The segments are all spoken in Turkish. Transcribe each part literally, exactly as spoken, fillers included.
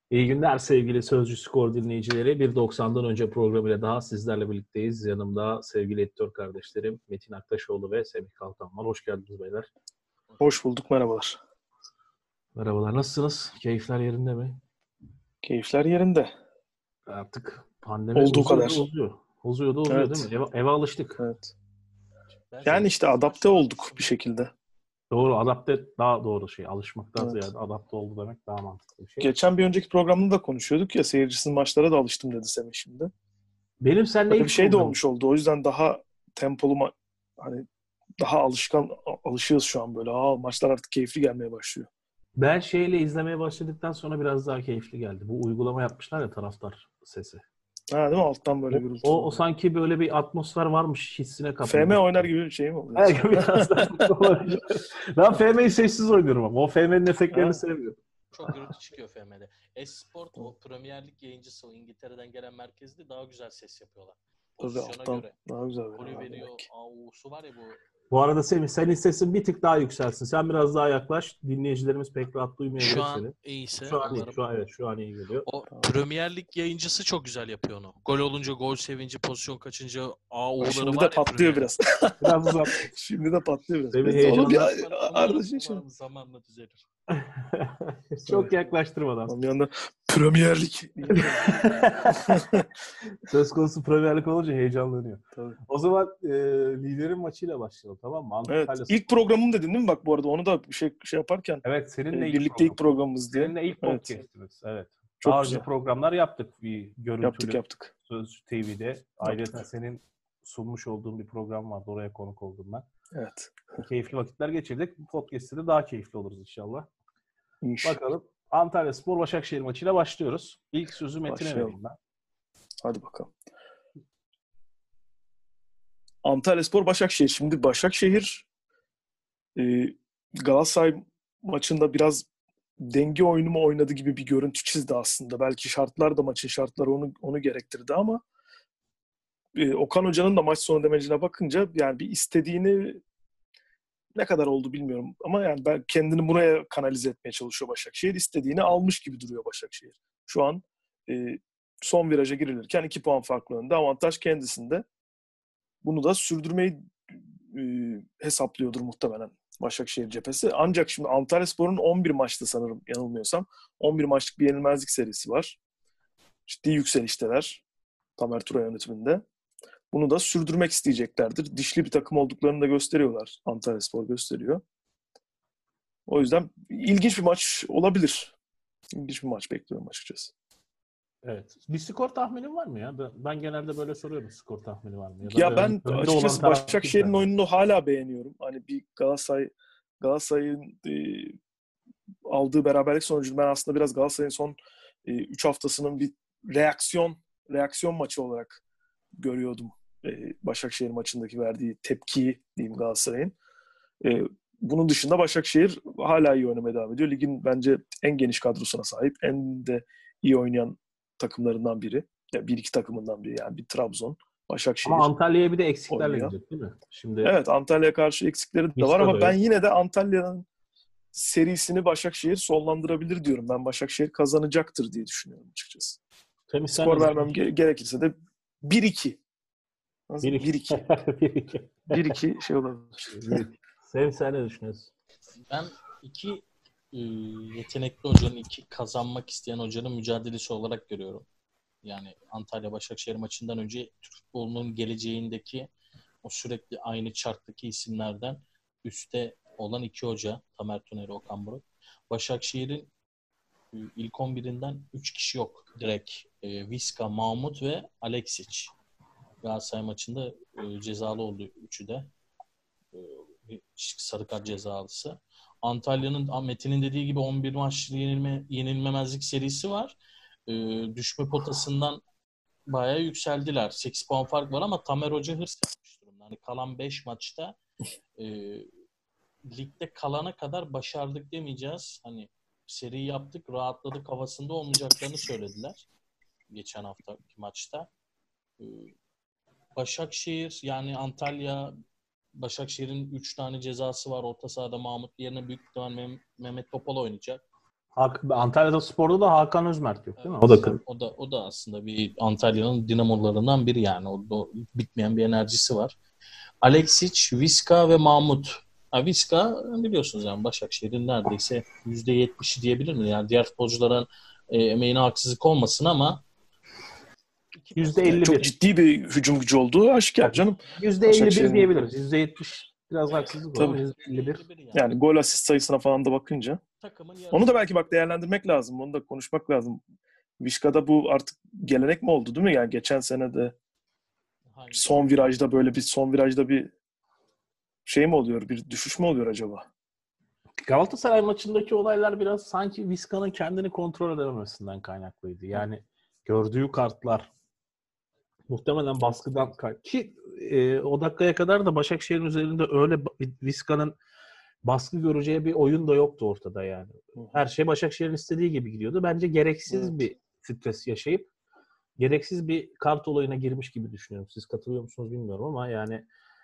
İyi günler sevgili Sözcü Skor dinleyicileri. bir doksandan önce programıyla daha sizlerle birlikteyiz. Yanımda sevgili editör kardeşlerim Metin Aktaşoğlu ve Semih Kalkan var. Hoş geldiniz beyler. Hoş bulduk, merhabalar. Merhabalar, nasılsınız? Keyifler yerinde mi? Keyifler yerinde. Artık pandemi Olduğu uzuyor kadar. da uzuyor. Uzuyor da uzuyor Evet. değil mi? Eve, eve alıştık. Evet. Yani işte adapte olduk bir şekilde. Doğru, adapte daha doğru şey. Alışmaktan Evet. ziyade adapte oldu demek daha mantıklı bir şey. Geçen bir önceki programda da konuşuyorduk ya, seyircisiz maçlara da alıştım dedi Semih şimdi. Benim seninle Böyle ilk bir şey de programım. olmuş oldu. O yüzden daha tempolu ma- hani daha alışkan alışıyoruz şu an böyle. Aa, maçlar artık keyifli gelmeye başlıyor. Ben şeyle izlemeye başladıktan sonra biraz daha keyifli geldi. Bu uygulama yapmışlar ya, taraftar sesi. Ha, değil mi? Alttan böyle O, gürültü. o, o sanki böyle bir atmosfer varmış hissine kapıldım. F M oynar gibi bir şey mi oluyor? Evet, biraz daha ben F M'yi sessiz oynuyorum ama o F M'nin efektlerini Ha. sevmiyorum. Çok gürültü çıkıyor F M'de. Esport o Premier Lig yayıncısı o İngiltere'den gelen merkezde daha güzel ses yapıyorlar. Tabii Pozisyona alttan göre. daha güzel. Golü veriyor. Demek. Avusu var ya bu. Bu arada Semih, senin sesin bir tık daha yükselsin. Sen biraz daha yaklaş. Dinleyicilerimiz pek rahat duymayabilir Şu an seni. iyiyse. Şu an iyi. umarım. Şu an, evet, şu an iyi geliyor. O Premier Lig yayıncısı çok güzel yapıyor onu. Gol olunca, gol sevinci, pozisyon kaçınca ağları Şimdi var de ya patlıyor Premier biraz. Biraz uzak. Şimdi de patlıyor biraz. Semih Biz onu bir heyecandan- ardışın şimdi. Umarım zamanla düzelir. Çok yaklaştırmadan. Ama bir yandan Premier Lig. Söz konusu Premier Lig olunca heyecanlanıyor. Tabii. O zaman e, liderin maçıyla başlayalım, tamam mı? Evet. Antalya İlk programım dedin değil mi? Bak bu arada onu da bir şey şey yaparken Evet, seninle e, ilk birlikte program. ilk programımız diye. Seninle ilk Evet. podcast'imiz. Evet. Çok Daha güzel. önce programlar yaptık bir görüntülü. Yaptık yaptık. Sözcü T V'de. Ayrıca senin sunmuş olduğun bir program vardı. Oraya konuk oldum ben. Evet. Keyifli vakitler geçirdik. Bu podcast'te de daha keyifli oluruz inşallah. İnş. Bakalım. Antalyaspor Başakşehir maçıyla başlıyoruz. İlk sözü Metin'e Başlayalım. vereyim ben. Hadi bakalım. Antalyaspor Başakşehir. Şimdi Başakşehir e, Galatasaray maçında biraz denge oyunu mu oynadı gibi bir görüntü çizdi aslında. Belki şartlar da maçın şartları onu onu gerektirdi ama e, Okan Hoca'nın da maç sonu demecine bakınca yani bir istediğini ne kadar oldu bilmiyorum ama yani ben kendini buraya kanalize etmeye çalışıyor Başakşehir. İstediğini almış gibi duruyor Başakşehir. Şu an e, son viraja girilirken iki puan farklı önde. Avantaj kendisinde. Bunu da sürdürmeyi e, hesaplıyordur muhtemelen Başakşehir cephesi. Ancak şimdi Antalyaspor'un on bir maçta sanırım yanılmıyorsam on bir maçlık bir yenilmezlik serisi var. Ciddi yükselişteler Tamer Tura yönetiminde. Bunu da sürdürmek isteyeceklerdir. Dişli bir takım olduklarını da gösteriyorlar. Antalyaspor gösteriyor. O yüzden ilginç bir maç olabilir. İlginç bir maç bekliyorum açıkçası. Evet. Bir skor tahminin var mı ya? Ben, ben genelde böyle soruyorum, skor tahmini var mı? Ya, da ya ben önde açıkçası olan taraf Başakşehir'in kim oyununu hala beğeniyorum. Hani bir Galatasaray Galatasaray'ın e, aldığı beraberlik sonucunu ben aslında biraz Galatasaray'ın son üç e, haftasının bir reaksiyon reaksiyon maçı olarak görüyordum. E, Başakşehir maçındaki verdiği tepkiyi diyeyim Galatasaray'ın. E, bunun dışında Başakşehir hala iyi oynamaya devam ediyor. Ligin bence en geniş kadrosuna sahip. En de iyi oynayan takımlarından biri. Ya bir iki takımından biri yani bir Trabzon, Başakşehir. Ama Antalya'ya bir de eksiklerle oynuyor. gidecek değil mi? Şimdi Evet, Antalya'ya karşı eksikleri de var ama ben yine de Antalya'nın serisini Başakşehir sonlandırabilir diyorum. Ben Başakşehir kazanacaktır diye düşünüyorum açıkçası. Temiz Skor vermem ge- gerekirse de bir iki. bir iki. bir iki. bir iki şey olabilir. Sen, sen ne düşünüyorsun? Ben iki e, yetenekli hocanın, iki kazanmak isteyen hocanın mücadelesi olarak görüyorum. Yani Antalya Başakşehir maçından önce Türk futbolunun geleceğindeki o sürekli aynı charttaki isimlerden üstte olan iki hoca, Tamer Tuner, Okan Buruk. Başakşehir'in e, ilk on birinden üç kişi yok direkt. E, Viska, Mahmut ve Aleksic. Galatasaray maçında e, cezalı oldu üçü de. E, sarı kart cezalısı. Antalya'nın Metin'in dediği gibi on bir maçlı yenilme, yenilmemezlik serisi var. E, düşme potasından bayağı yükseldiler. sekiz puan fark var ama Tamer Hoca hırs yapmış durumda. Hani kalan beş maçta e, ligde kalana kadar başardık demeyeceğiz. Hani seri yaptık, rahatladık havasında olmayacaklarını söylediler. Geçen haftaki maçta. E, Başakşehir yani Antalya Başakşehir'in üç tane cezası var. Orta sahada Mahmut yerine büyük ihtimal Meh- Mehmet Topal oynayacak. Hak- Antalya'da Spor'da da Hakan Özmerk yok değil mi? Evet, O da o da o da aslında bir Antalya'nın dinamolarından biri yani. O, o bitmeyen bir enerjisi var. Aleksic, Viska ve Mahmut. Ha, Viska biliyorsunuz yani Başakşehir'in neredeyse yüzde yetmişi diyebilir miyim? Yani diğer futbolcuların e, emeğine haksızlık olmasın ama yüzde Yani elli çok bir. ciddi bir hücum gücü olduğu aşikar canım. yüzde elli bir Başakşehir'in diyebiliriz. yüzde yetmiş biraz Evet, haksızlık var ama tabii. yüzde elli bir. yani. Yani gol asist sayısına falan da bakınca. Takımın Onu yarısı. da belki bak değerlendirmek lazım. Onu da konuşmak lazım. Vişka'da bu artık gelenek mi oldu değil mi? Yani geçen sene de Hangi? son virajda böyle bir son virajda bir şey mi oluyor? Bir düşüş mü oluyor acaba? Galatasaray maçındaki olaylar biraz sanki Vizca'nın kendini kontrol edememesinden kaynaklıydı. Yani gördüğü kartlar muhtemelen baskıdan kay- ki e, o dakikaya kadar da Başakşehir'in üzerinde öyle ba- Vizca'nın baskı göreceği bir oyun da yoktu ortada yani. Her şey Başakşehir'in istediği gibi gidiyordu. Bence gereksiz Evet. bir stres yaşayıp gereksiz bir kart olayına girmiş gibi düşünüyorum. Siz katılıyor musunuz bilmiyorum ama yani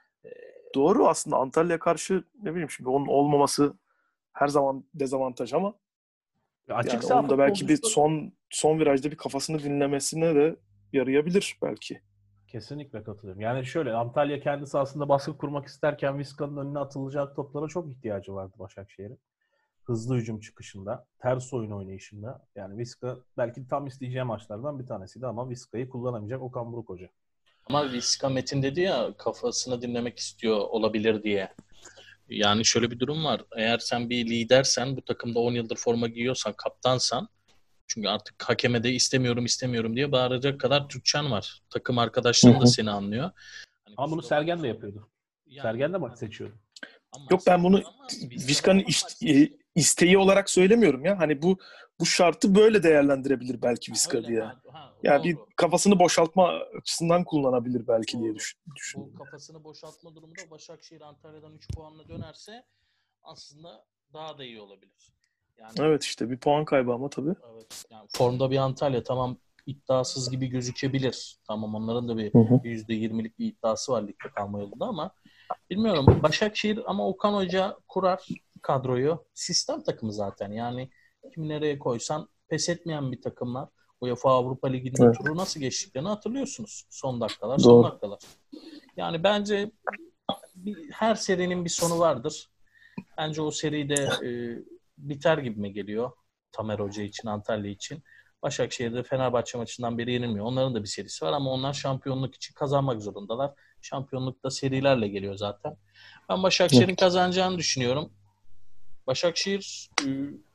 Doğru aslında Antalya karşı ne bileyim şimdi onun olmaması her zaman dezavantaj ama açık yani saha onun da belki bir futbolcusu son son virajda bir kafasını dinlemesine de yarayabilir belki. kesinlikle katılıyorum. Yani şöyle Antalya kendisi aslında baskı kurmak isterken Vizca'nın önüne atılacak toplara çok ihtiyacı vardı Başakşehir'in. Hızlı hücum çıkışında, ters oyun oynayışında. Yani Vizca belki tam isteyeceği maçlardan bir tanesiydi ama Vizca'yı kullanamayacak Okan Buruk Hoca. Ama Viska Metin dedi ya kafasını dinlemek istiyor olabilir diye. Yani şöyle bir durum var. Eğer sen bir lidersen, bu takımda on yıldır forma giyiyorsan, kaptansan, çünkü artık hakeme de istemiyorum istemiyorum diye bağıracak kadar Türkçen var. Takım arkadaşların da seni anlıyor. Hani Ama bunu kusura Sergen de bakma. yapıyordu. Yani, Sergen de maç seçiyordu. ama Yok ben bunu ama Vizca'da Vişka'nın adam iş- maç e, seçiyor. isteği olarak söylemiyorum ya. Hani bu bu şartı böyle değerlendirebilir belki Ha, Vişka öyle diye. ha, ha, Yani bir doğru. kafasını boşaltma açısından kullanabilir belki diye Doğru. düş- Bu düşünüyorum. kafasını boşaltma durumunda Başakşehir Antalya'dan üç puanla dönerse aslında daha da iyi olabilir. Yani Evet işte bir puan kaybı ama tabii. evet, yani formda bir Antalya tamam iddiasız gibi gözükebilir. Tamam onların da bir Hı hı. yüzde yirmilik bir iddiası var ligde kalma yolunda ama bilmiyorum. Başakşehir ama Okan Hoca kurar kadroyu. Sistem takımı zaten. Yani kim nereye koysan pes etmeyen bir takımlar. UEFA Avrupa Ligi'nde Evet. turu nasıl geçtiklerini hatırlıyorsunuz. Son dakikalar, son Doğru. dakikalar. Yani bence bir, her serinin bir sonu vardır. Bence o seride e, biter gibime geliyor. Tamer Hoca için, Antalya için. Başakşehir'de Fenerbahçe maçından beri yenilmiyor. Onların da bir serisi var ama onlar şampiyonluk için kazanmak zorundalar. Şampiyonluk da serilerle geliyor zaten. Ben Başakşehir'in Evet. kazanacağını düşünüyorum. Başakşehir e,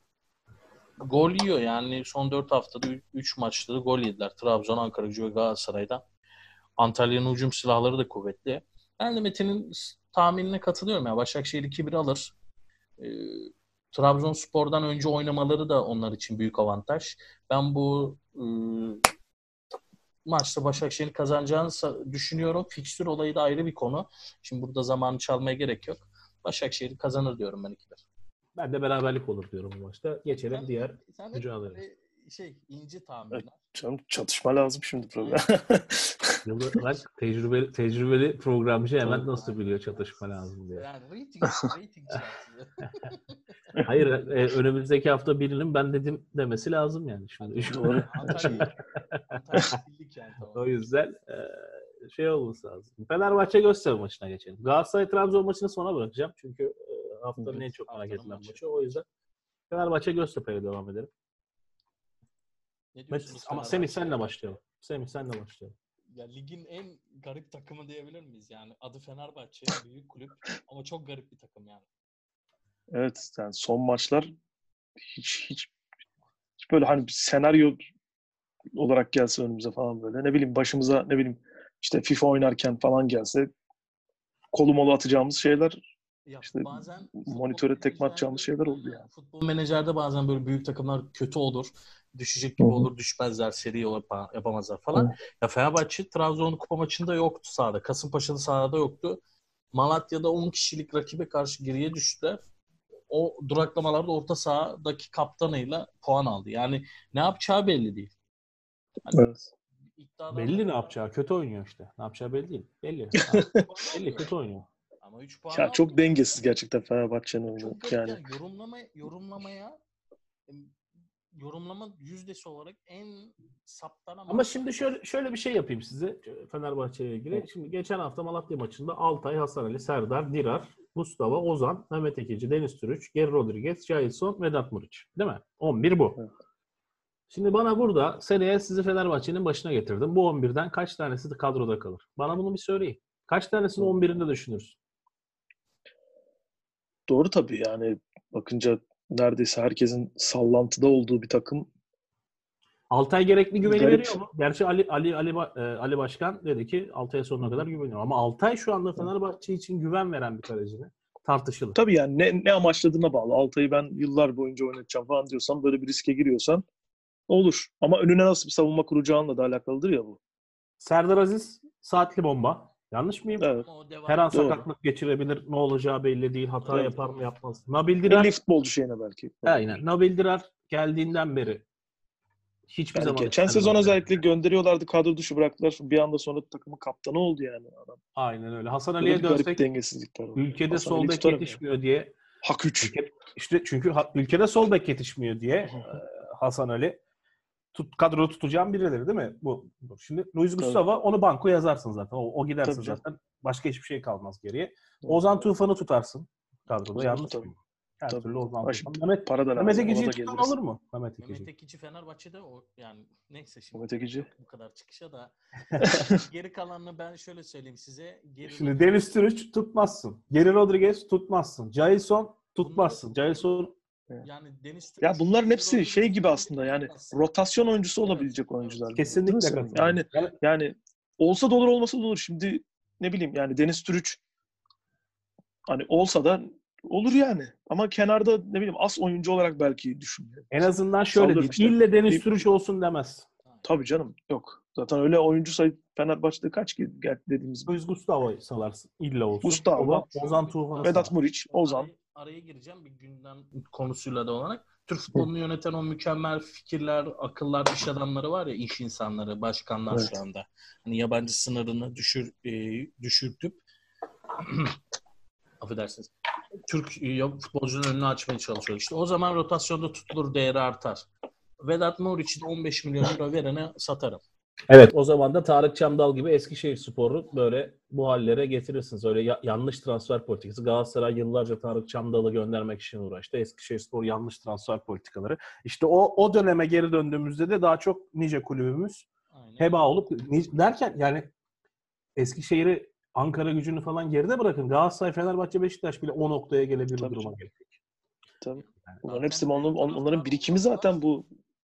gol yiyor yani son dört haftada üç maçta da gol yediler. Trabzon, Ankaragücü ve Galatasaray'dan. Antalya'nın hücum silahları da kuvvetli. Ben de Metin'in tahminine katılıyorum. Ya. Başakşehir iki bir alır. E, Trabzonspor'dan önce oynamaları da onlar için büyük avantaj. Ben bu e, maçta Başakşehir'in kazanacağını düşünüyorum. Fikstür olayı da ayrı bir konu. Şimdi burada zamanı çalmaya gerek yok. Başakşehir kazanır diyorum ben iki bir. Ben de beraberlik olur diyorum bu maçta. Geçelim Sen, diğer sen hep mücadeleye. böyle şey inci Evet, tahminler. canım çatışma lazım şimdi program. Yılda bak tecrübeli, tecrübeli programcı hemen Tabii. nasıl biliyor çatışma lazım diye. Yani rating, rating çarptı. Hayır e, önümüzdeki hafta birinin ben dedim demesi lazım yani şimdi. Ha, Doğru. Antalya. Antalya bildik yani tamam. O yüzden e, şey olması lazım. Fenerbahçe Göztepe maçına geçelim. Galatasaray Trabzon maçını sona bırakacağım. Çünkü e, haftanın en çok merak Haftanın edilen maçı. maçı. O yüzden Fenerbahçe Göztepe'ye devam edelim. Ne Met- diyorsunuz ama Fenerbahçe'ye? Semih senle başlayalım. Semih senle başlayalım. Ya ligin en garip takımı diyebilir miyiz? Yani adı Fenerbahçe, büyük kulüp ama çok garip bir takım yani. Evet yani son maçlar hiç hiç, hiç böyle hani bir senaryo olarak gelse önümüze falan böyle. Ne bileyim başımıza ne bileyim işte FIFA oynarken falan gelse kolu molu atacağımız şeyler Ya işte bazen monitöre tekme atacağımız şeyler oldu aynen, yani. futbol menajerde bazen böyle büyük takımlar kötü olur. Düşecek gibi Hı hı. olur, düşmezler, seri yapa- yapamazlar falan. Evet. Ya Fenerbahçe Trabzon kupa maçında yoktu sahada. Kasımpaşa'da sahada yoktu. Malatya'da on kişilik rakibe karşı geriye düştüler. O duraklamalarda orta sahadaki kaptanıyla puan aldı. Yani ne yapacağı belli değil. Hani Evet. iddiadan Belli ne yapacağı. Kötü oynuyor işte. Ne yapacağı belli değil. Belli. Ha, belli kötü oynuyor. ama üç puan Ya aldı. çok dengesiz gerçekten Fenerbahçe'nin oyunu. Çok garip Yani yani yorumlama yorumlamaya yorumlama yüzdesi olarak en saptanan. Ama şimdi şöyle şöyle bir şey yapayım size Fenerbahçe ile ilgili. Şimdi geçen hafta Malatya maçında Altay, Hasan Ali, Serdar, Dirar, Mustafa, Ozan, Mehmet Ekici, Deniz Türüç, Geri Rodriguez, Jailson, Vedat Muriç. Değil mi? on bir bu. Evet. Şimdi bana burada seneye sizi Fenerbahçe'nin başına getirdim. Bu on birden kaç tanesi de kadroda kalır? Bana bunu bir söyleyin. Kaç tanesini on birinde düşünürsün? Doğru tabii yani bakınca neredeyse herkesin sallantıda olduğu bir takım. Altay gerekli güveni Garip. veriyor mu? Gerçi Ali Ali Ali Ba- e, Ali Başkan dedi ki Altay'a sonuna kadar güveniyor. Ama Altay şu anda Fenerbahçe için güven veren bir kaleci mi? Tartışılır. Tabii yani ne, ne amaçladığına bağlı. Altay'ı ben yıllar boyunca oynatacağım falan diyorsan, böyle bir riske giriyorsan olur. Ama önüne nasıl bir savunma kuracağınla da alakalıdır ya bu. Serdar Aziz saatli bomba. Yanlış mıyım? Evet. Her an Doğru. sakatlık geçirebilir. Ne olacağı belli değil. Hata Evet. yapar mı yapmaz. Nabil Dirar. Milli futbolcu şeyine belki. Aynen. Nabil Dirar geldiğinden beri hiçbir Yani zaman geçen istenmedi. sezon özellikle gönderiyorlardı, kadro dışı bıraktılar. Bir anda sonra takımın kaptanı oldu yani adam. Aynen öyle. Hasan Böyle Ali'ye bir garip dönsek dengesizlikler var. ülkede Hasan sol Ali'yi bek tutarım yetişmiyor diye Hak üç. ülke, işte çünkü ha- ülkede sol bek yetişmiyor diye e, Hasan Ali tut, kadroda tutacağım birileri değil mi? Bu, bu. Şimdi Luis Tabii. Gustavo onu banko yazarsın zaten. O, o giderse Tabii canım. zaten başka hiçbir şey kalmaz geriye. Ozan Tufan'ı tutarsın kadroda. Ozan Yanlış tutarım. mıyım? Her Tabii. türlü Ozan Ay, Tufan. şimdi Mehmet, para da Mehmet lazım. Ona Ekici'yi da tutan geliriz. olur mu? Mehmet Ekici. Mehmet Ekici Fenerbahçe'de o yani neyse şimdi Mehmet Ekici. bu kadar çıkışa da geri kalanını ben şöyle söyleyeyim size. Geri Şimdi Deniz Türüç tutmazsın. Geri Rodriguez tutmazsın. Jailson tutmazsın. Jailson yani Deniz Ya Türüç, bunların Geri hepsi Rodriguez şey gibi bunları aslında yani tutmazsın. rotasyon oyuncusu Evet, olabilecek evet. oyuncular. kesinlikle Değil mi? katılıyorum. Yani Yani yani olsa da olur, olmasa da olur. Şimdi ne bileyim yani Deniz Türüç hani olsa da olur yani. Ama kenarda ne bileyim as oyuncu olarak belki düşünüyor. en azından şöyle Sallıyorum diyeyim. işte. İlle Deniz Bir- Türüç olsun demez. Tabii canım yok. Zaten öyle oyuncu sayı Fenerbahçe'de kaç ki gel- dediğimiz gibi. Luis Gustavo'yu salarsın. İlla olsun. Gustavo, Ozan, Ozan Tufan'ı Vedat sal. Muriç, Ozan. Araya, araya gireceğim bir gündem konusuyla da olarak. Türk futbolunu yöneten o mükemmel fikirler, akıllar, iş adamları var ya, iş insanları, başkanlar Evet. şu anda. Hani yabancı sınırını düşür e, düşürtüp affedersiniz. Türk e, futbolcunun önünü açmaya çalışıyor. İşte o zaman rotasyonda tutulur, değeri artar. Vedat Muriç'i on beş milyon euro verene satarım. Evet. O zaman da Tarık Çamdal gibi Eskişehirspor'u böyle bu hallere getirirsiniz. Öyle ya- yanlış transfer politikası. Galatasaray yıllarca Tarık Çamdal'ı göndermek için uğraştı. Eskişehirspor yanlış transfer politikaları. İşte o o döneme geri döndüğümüzde de daha çok nice kulübümüz Aynen. heba olup ni- derken yani Eskişehir'i, Ankara Gücü'nü falan geride bırakın. Galatasaray, Fenerbahçe, Beşiktaş bile o noktaya gelebilir Tabii duruma canım. gelecek. Tabii. Yani Bunların Zaten hepsi onların, büyük onların taraftar birikimi olmasalar- zaten bu.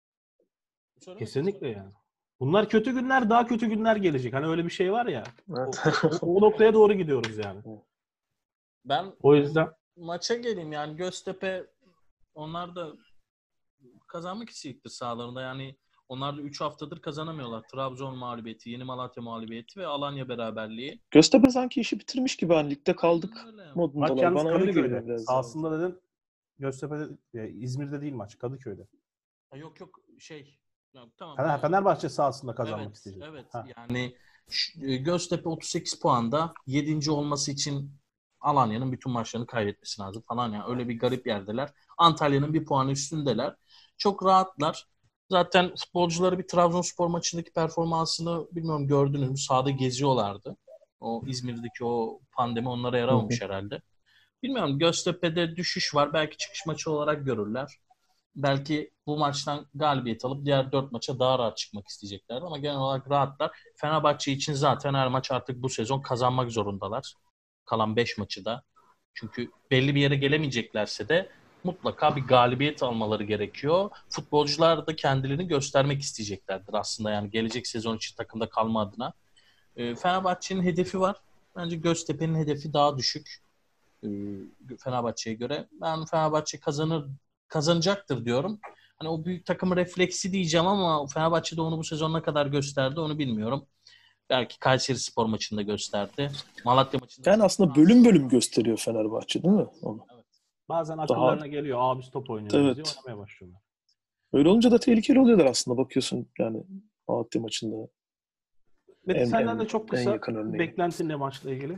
kesinlikle yani. Bunlar kötü günler, daha kötü günler gelecek. Hani öyle bir şey var ya. Evet. O, o, o noktaya doğru gidiyoruz yani. Ben O yüzden maça geleyim yani Göztepe onlar da kazanmak isteyecektir sahalarında. Yani onlar da üç haftadır kazanamıyorlar. Trabzon mağlubiyeti, Yeni Malatya mağlubiyeti ve Alanya beraberliği. Göztepe sanki işi bitirmiş gibi hani ligde kaldık Aynen öyle. modundalar. maç yalnız Bana öyle geliyor Kadıköy'de. biraz. Sahasında dedin Göztepe'de, e, İzmir'de değil maç. Kadıköy'de. Ha, yok yok şey ya, tamam. Fener, yani- Fenerbahçe sahasında kazanmak evet, isteyecek. evet. Ha. Yani şu- e, Göztepe otuz sekiz puanda yedinci olması için Alanya'nın bütün maçlarını kaybetmesi lazım falan ya. Öyle bir garip yerdeler. Antalya'nın bir puanı üstündeler. Çok rahatlar. Zaten futbolcuları bir Trabzonspor maçındaki performansını bilmiyorum gördünüz mü? Sahada geziyorlardı. O İzmir'deki o pandemi onlara yaramamış herhalde. Bilmiyorum Göztepe'de düşüş var. Belki çıkış maçı olarak görürler. Belki bu maçtan galibiyet alıp diğer dört maça daha rahat çıkmak isteyeceklerdi ama genel olarak rahatlar. Fenerbahçe için zaten her maç artık bu sezon kazanmak zorundalar. Kalan beş maçı da. Çünkü belli bir yere gelemeyeceklerse de mutlaka bir galibiyet almaları gerekiyor. Futbolcular da kendilerini göstermek isteyeceklerdir aslında yani gelecek sezon için takımda kalma adına. E, Fenerbahçe'nin hedefi var. Bence Göztepe'nin hedefi daha düşük. E, Fenerbahçe'ye göre. Ben Fenerbahçe kazanır kazanacaktır diyorum. Hani o büyük takım refleksi diyeceğim ama Fenerbahçe'de onu bu sezon ne kadar gösterdi onu bilmiyorum. Belki Kayserispor maçında gösterdi. Malatya maçında. Yani aslında bölüm bölüm gösteriyor Fenerbahçe değil mi? Onu. Evet. Bazen akıllarına geliyor. Aa biz top oynuyoruz Evet. diye oynamaya başlıyorlar. Öyle olunca da tehlikeli oluyorlar aslında bakıyorsun yani Malatya maçında. Ve En- senden en- de çok en kısa yakın örneği. beklentin ne maçla ilgili?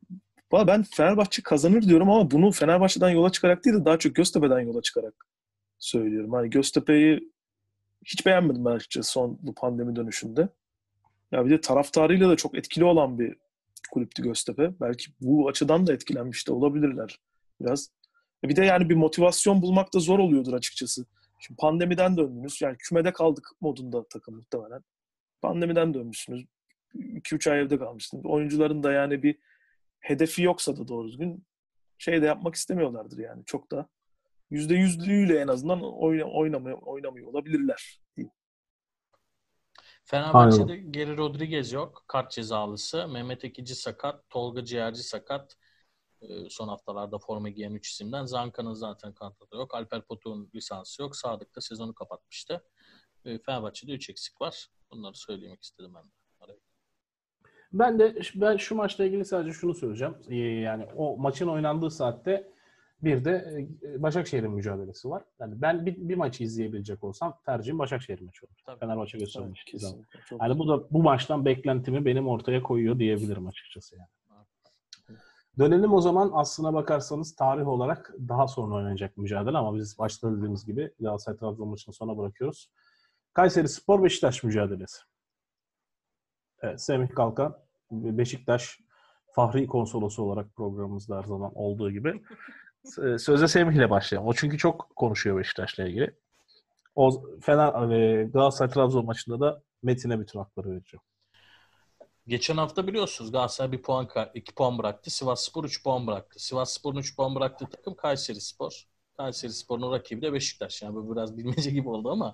Valla ben Fenerbahçe kazanır diyorum ama bunu Fenerbahçe'den yola çıkarak değil de daha çok Göztepe'den yola çıkarak söylüyorum. Hani Göztepe'yi hiç beğenmedim ben açıkçası son bu pandemi dönüşünde. Ya bir de taraftarıyla da çok etkili olan bir kulüptü Göztepe. Belki bu açıdan da etkilenmiş de olabilirler biraz. Bir de yani bir motivasyon bulmak da zor oluyordur açıkçası. Şimdi pandemiden döndünüz. Yani kümede kaldık modunda takım muhtemelen. Pandemiden dönmüşsünüz. iki üç ay evde kalmışsınız. Oyuncuların da yani bir hedefi yoksa da doğru düzgün şey de yapmak istemiyorlardır yani. Çok da yüzde yüzlüğüyle en azından oynamıyor, oynamıyor olabilirler diyeyim. Fenerbahçe'de Geri Rodriguez yok. Kart cezalısı. Mehmet Ekici sakat. Tolga Ciğerci sakat. Son haftalarda forma giyen üç isimden. Zanka'nın zaten kartı da yok. Alper Potuk'un lisansı yok. Sadık da sezonu kapatmıştı. Fenerbahçe'de üç eksik var. Bunları söylemek istedim ben de. Ben de ben şu maçla ilgili sadece şunu söyleyeceğim. Yani o maçın oynandığı saatte bir de Başakşehir'in mücadelesi var. Yani ben bir, bir maçı izleyebilecek olsam tercihim Başakşehir maçı olur. Tabii. Fenerbahçe Göztepe maçı. Yani bu da bu maçtan beklentimi benim ortaya koyuyor diyebilirim açıkçası yani. Dönelim o zaman aslına bakarsanız tarih olarak daha sonra oynanacak mücadele ama biz başta dediğimiz gibi Galatasaray Trabzon maçını sona bırakıyoruz. Kayserispor Beşiktaş mücadelesi. Evet, Semih Kalkan, Beşiktaş Fahri Konsolosu olarak programımızda her zaman olduğu gibi. Sözde Semih ile başlayalım. O çünkü çok konuşuyor Beşiktaş'la ilgili. O Fener Galatasaray Trabzon maçında da Metin'e bütün hakları vereceğim. Geçen hafta biliyorsunuz Galatasaray bir puan, iki puan bıraktı. Sivasspor üç puan bıraktı. Sivasspor'un üç puan bıraktığı takım Kayserispor. Kayserispor'un rakibi de Beşiktaş. Yani bu biraz bilmece gibi oldu ama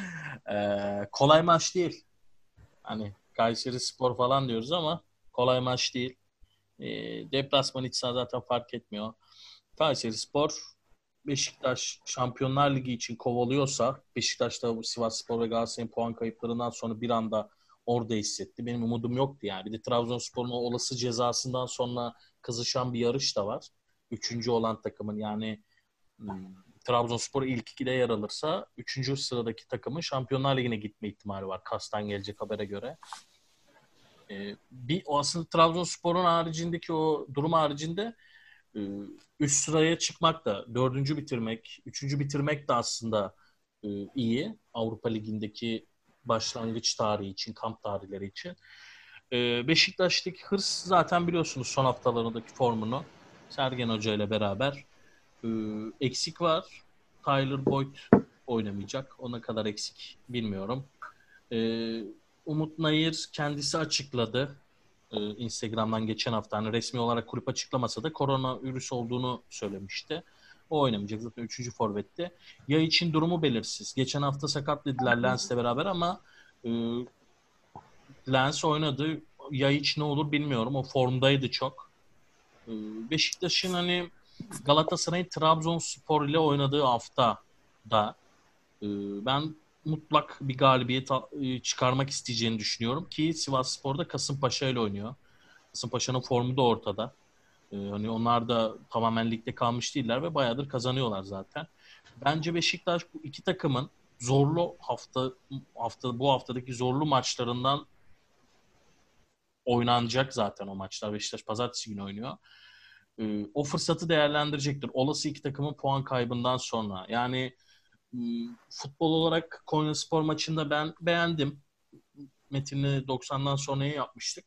e, kolay maç değil. Hani Kayserispor falan diyoruz ama kolay maç değil. E, deplasman iç saha zaten fark etmiyor. Kayserispor Beşiktaş Şampiyonlar Ligi için kovalıyorsa Beşiktaş'ta Sivasspor ve Galatasaray'ın puan kayıplarından sonra bir anda orada hissetti. Benim umudum yoktu yani. Bir de Trabzonspor'un o olası cezasından sonra kızışan bir yarış da var. Üçüncü olan takımın yani Trabzonspor ilk ikide yer alırsa üçüncü sıradaki takımın Şampiyonlar Ligi'ne gitme ihtimali var. Kas'tan gelecek habere göre. Ee, bir o aslında Trabzonspor'un haricindeki o durum haricinde üst sıraya çıkmak da, dördüncü bitirmek, üçüncü bitirmek de aslında iyi. Avrupa Ligi'ndeki başlangıç tarihi için, kamp tarihleri için. Beşiktaş'taki hırs zaten biliyorsunuz son haftalarındaki formunu. Sergen Hoca ile beraber eksik var. Tyler Boyd oynamayacak. Ona kadar eksik bilmiyorum. Umut Nayır kendisi açıkladı. Instagram'dan geçen hafta hani resmi olarak kulüp açıklamasa da koronavirüs olduğunu söylemişti. O oynamayacak. Zaten üçüncü forvetti. Ya için durumu belirsiz. Geçen hafta sakat dediler Lens'le beraber ama e, Lens oynadı. Ya iç ne olur bilmiyorum. O formdaydı çok. E, Beşiktaş'ın hani Galatasaray'ın Trabzonspor ile oynadığı hafta da e, ben mutlak bir galibiyet çıkarmak isteyeceğini düşünüyorum ki Sivasspor'da Kasımpaşa ile oynuyor. Kasımpaşa'nın formu da ortada. Ee, hani onlar da tamamen ligde kalmış değiller ve bayağıdır kazanıyorlar zaten. Bence Beşiktaş bu iki takımın zorlu hafta hafta bu haftadaki zorlu maçlarından oynanacak zaten o maçlar. Beşiktaş pazartesi günü oynuyor. Ee, o fırsatı değerlendirecektir. Olası iki takımın puan kaybından sonra. Yani futbol olarak Konyaspor maçında ben beğendim. Metin'le doksandan sonra iyi yapmıştık.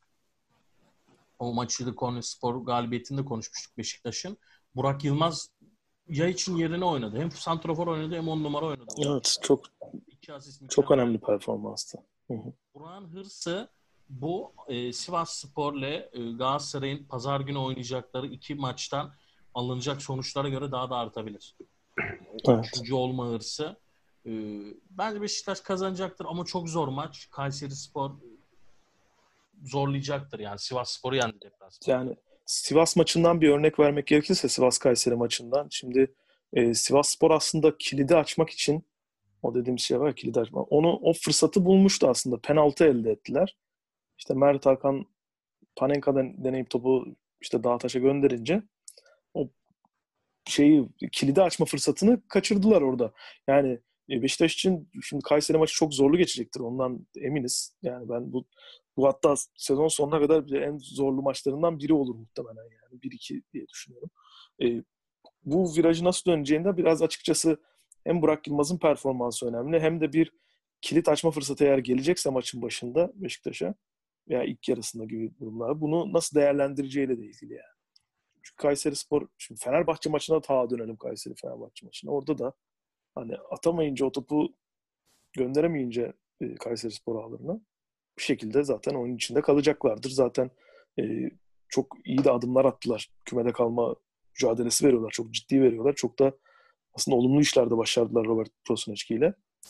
O maçı da Konyaspor galibiyetinde konuşmuştuk Beşiktaş'ın. Burak Yılmaz ya için yerine oynadı. Hem santrafor oynadı hem on numara oynadı. Evet, çok İki asist çok önemli performanstı. Burak'ın hırsı bu e, Sivasspor ile e, Galatasaray'ın pazar günü oynayacakları iki maçtan alınacak sonuçlara göre daha da artabilir. Evet. Üçüncü olma hırsı. E, bence Beşiktaş kazanacaktır ama çok zor maç. Kayserispor zorlayacaktır yani. Sivasspor'u yendi deplasman. Yani Sivas maçından bir örnek vermek gerekirse Sivas Kayseri maçından. Şimdi e, Sivasspor aslında kilidi açmak için o dediğim şey var kilidi açmak. Onu o fırsatı bulmuştu aslında. Penaltı elde ettiler. İşte Mert Hakan Panenka'dan deneyip topu işte Dağtaş'a gönderince o şeyi kilidi açma fırsatını kaçırdılar orada. Yani Beşiktaş için şimdi Kayseri maçı çok zorlu geçecektir. Ondan eminiz. Yani ben bu bu hatta sezon sonuna kadar en zorlu maçlarından biri olur muhtemelen yani. bir iki diye düşünüyorum. E, bu virajı nasıl döneceğinde biraz açıkçası hem Burak Yılmaz'ın performansı önemli hem de bir kilit açma fırsatı eğer gelecekse maçın başında Beşiktaş'a veya ilk yarısında gibi durumlar bunu nasıl değerlendireceğiyle de ilgili yani. Çünkü Kayserispor, şimdi Fenerbahçe maçına ta dönelim Kayseri Fenerbahçe maçına. Orada da hani atamayınca o topu gönderemeyince e, Kayserispor ağlarına bir şekilde zaten onun içinde kalacaklardır. Zaten e, çok iyi de adımlar attılar. Kümede kalma mücadelesi veriyorlar. Çok ciddi veriyorlar. Çok da aslında olumlu işlerde başardılar Robert Prosinecki ile.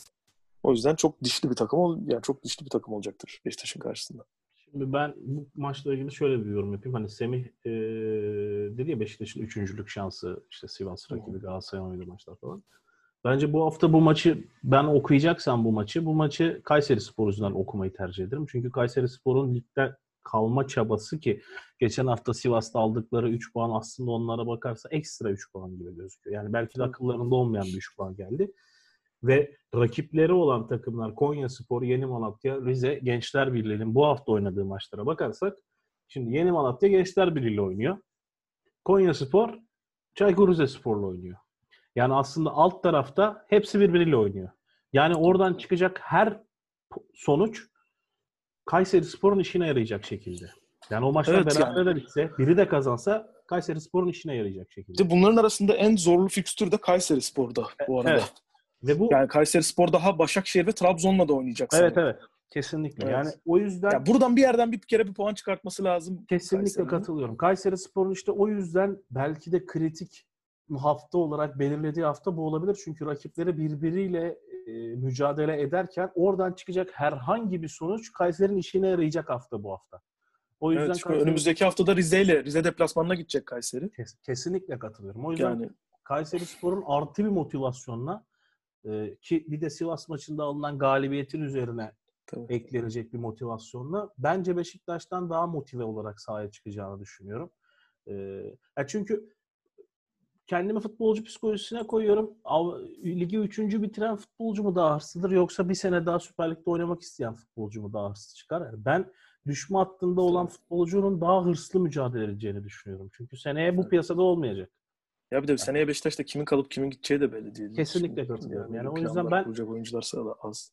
O yüzden çok dişli bir takım ol yani çok dişli bir takım olacaktır Beşiktaş'ın karşısında. Şimdi ben bu maçla ilgili şöyle bir yorum yapayım. Hani Semih e, dedi ya Beşiktaş'ın üçüncülük şansı işte Sivas rakibi Galatasaray'ın oynadığı maçlar falan. Bence bu hafta bu maçı ben okuyacaksam bu maçı bu maçı Kayserispor yüzünden okumayı tercih ederim. Çünkü Kayserispor'un ligde kalma çabası ki geçen hafta Sivas'ta aldıkları üç puan aslında onlara bakarsa ekstra üç puan gibi gözüküyor. Yani belki de akıllarında olmayan bir üç puan geldi. Ve rakipleri olan takımlar Konyaspor, Yeni Malatya, Rize, Gençler Birliği'nin bu hafta oynadığı maçlara bakarsak şimdi Yeni Malatya Gençler Birliği ile oynuyor. Konyaspor Çaykur Rizespor'la oynuyor. Yani aslında alt tarafta hepsi birbiriyle oynuyor. Yani oradan çıkacak her sonuç Kayserispor'un işine yarayacak şekilde. Yani o maçlar Evet, beraber yani. de bitse, biri de kazansa Kayserispor'un işine yarayacak şekilde. Bunların arasında en zorlu fikstür de Kayserispor'da bu arada. Evet. Ve bu Yani Kayserispor daha Başakşehir ve Trabzon'la da oynayacak Evet sanırım. evet. Kesinlikle. Evet. Yani o yüzden ya buradan bir yerden bir kere bir puan çıkartması lazım. kesinlikle Kayseri'nin. katılıyorum. Kayserispor'un işte o yüzden belki de kritik hafta olarak belirlediği hafta bu olabilir. Çünkü rakipleri birbiriyle e, mücadele ederken oradan çıkacak herhangi bir sonuç Kayseri'nin işine yarayacak hafta bu hafta. O yüzden Evet, çünkü Kayseri... önümüzdeki haftada Rize ile Rize deplasmanına gidecek Kayseri. Kes, kesinlikle katılıyorum. O yüzden Yani Kayserispor'un artı bir motivasyonla e, ki bir de Sivas maçında alınan galibiyetin üzerine tabii. eklenecek bir motivasyonla bence Beşiktaş'tan daha motive olarak sahaya çıkacağını düşünüyorum. Ee, ya çünkü kendimi futbolcu psikolojisine koyuyorum. Ligi üçüncü bitiren futbolcu mu daha hırslıdır yoksa bir sene daha Süper Lig'de oynamak isteyen futbolcu mu daha hırslı çıkar? Yani ben düşme hattında olan futbolcunun daha hırslı mücadele edeceğini düşünüyorum. Çünkü seneye bu evet. piyasada olmayacak. Ya bir de seneye Beşiktaş'ta kimin kalıp kimin gideceği de belli değil. Kesinlikle katılıyorum. Yani, yani o yüzden ben kuracak oyuncular da az.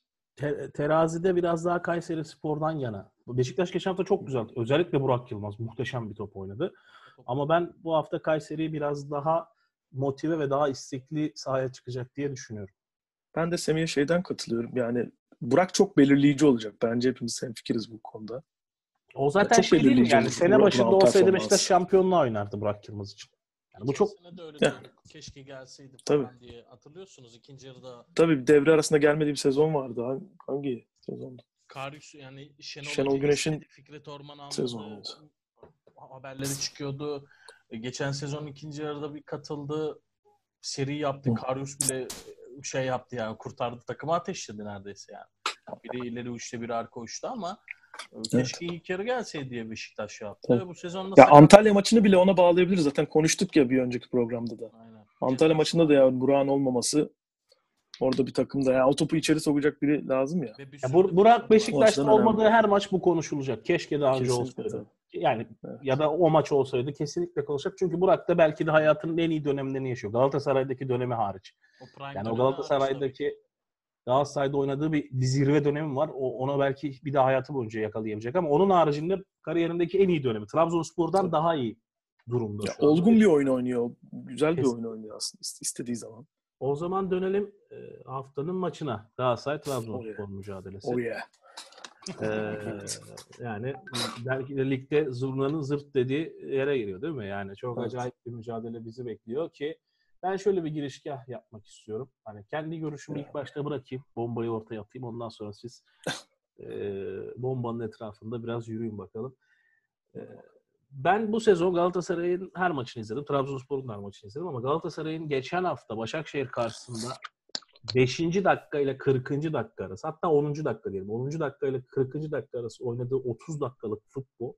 Te- terazide biraz daha Kayserispor'dan yana. Beşiktaş geçen hafta çok güzel. Özellikle Burak Yılmaz muhteşem bir top oynadı. Ama ben bu hafta Kayseri'yi biraz daha motive ve daha istekli sahaya çıkacak diye düşünüyorum. Ben de Semih'e şeyden katılıyorum. Yani Burak çok belirleyici olacak. Bence hepimiz hemfikiriz bu konuda. O zaten çok şey değil mi? Yani olur, sene Burak, başında Burak olsaydı performans. Beşiktaş şampiyonluğa oynardı Burak Yılmaz için. Yani bu çok... sene de öyle diyorduk. Keşke gelseydi falan Tabii. diye. Hatırlıyorsunuz ikinci yarıda. Tabii devre arasında gelmediği bir sezon vardı. Hangi sezondu? Karius yani Şenol, Şenol Güneş'in Fikret Orman almadı. Sezonuydu. Haberleri çıkıyordu. Geçen sezon ikinci yarıda bir katıldı. Seri yaptı. Karius bile şey yaptı yani kurtardı. Takımı ateşledi neredeyse yani. Biri ileri uçtu, biri arka uçtu ama keşke evet. ilk yarı gelseydi diye Beşiktaş yaptı. Evet. Bu sezonda ya Antalya maçını bile ona bağlayabiliriz. Zaten konuştuk ya bir önceki programda da. Aynen. Antalya Geçen maçında da ya Burak'ın olmaması orada bir takımda ya o topu içeri sokacak biri lazım ya. ya Bur- Burak Beşiktaş'ta olmadığı her maç bu konuşulacak. Keşke daha önce kesinlikle olsaydı. Tabii. Yani evet. Ya da o maç olsaydı kesinlikle konuşacak. Çünkü Burak da belki de hayatının en iyi dönemlerini yaşıyor. Galatasaray'daki dönemi hariç. O yani o Galatasaray'daki Galatasaray'da oynadığı bir, bir zirve dönemi var. O, ona belki bir daha hayatı boyunca yakalayamayacak ama onun haricinde kariyerindeki en iyi dönemi. Trabzonspor'dan tabii. Daha iyi durumda ya şu an. Olgun bir oyun oynuyor. Güzel Kesin. bir oyun oynuyor aslında istediği zaman. O zaman dönelim e, haftanın maçına. Galatasaray-Trabzonspor mücadelesi. Oh yeah. ee, yani belki de ligde zurnanın zırt dediği yere geliyor değil mi? Yani çok evet. acayip bir mücadele bizi bekliyor ki ben şöyle bir girişgah yapmak istiyorum. Hani kendi görüşümü ilk başta bırakayım. Bombayı ortaya atayım. Ondan sonra siz e, bombanın etrafında biraz yürüyün bakalım. E, ben bu sezon Galatasaray'ın her maçını izledim. Trabzonspor'un her maçını izledim. Ama Galatasaray'ın geçen hafta Başakşehir karşısında beşinci dakika ile kırkıncı dakika arası, hatta onuncu dakika diyelim. onuncu dakika ile kırkıncı dakika arası oynadığı otuz dakikalık futbol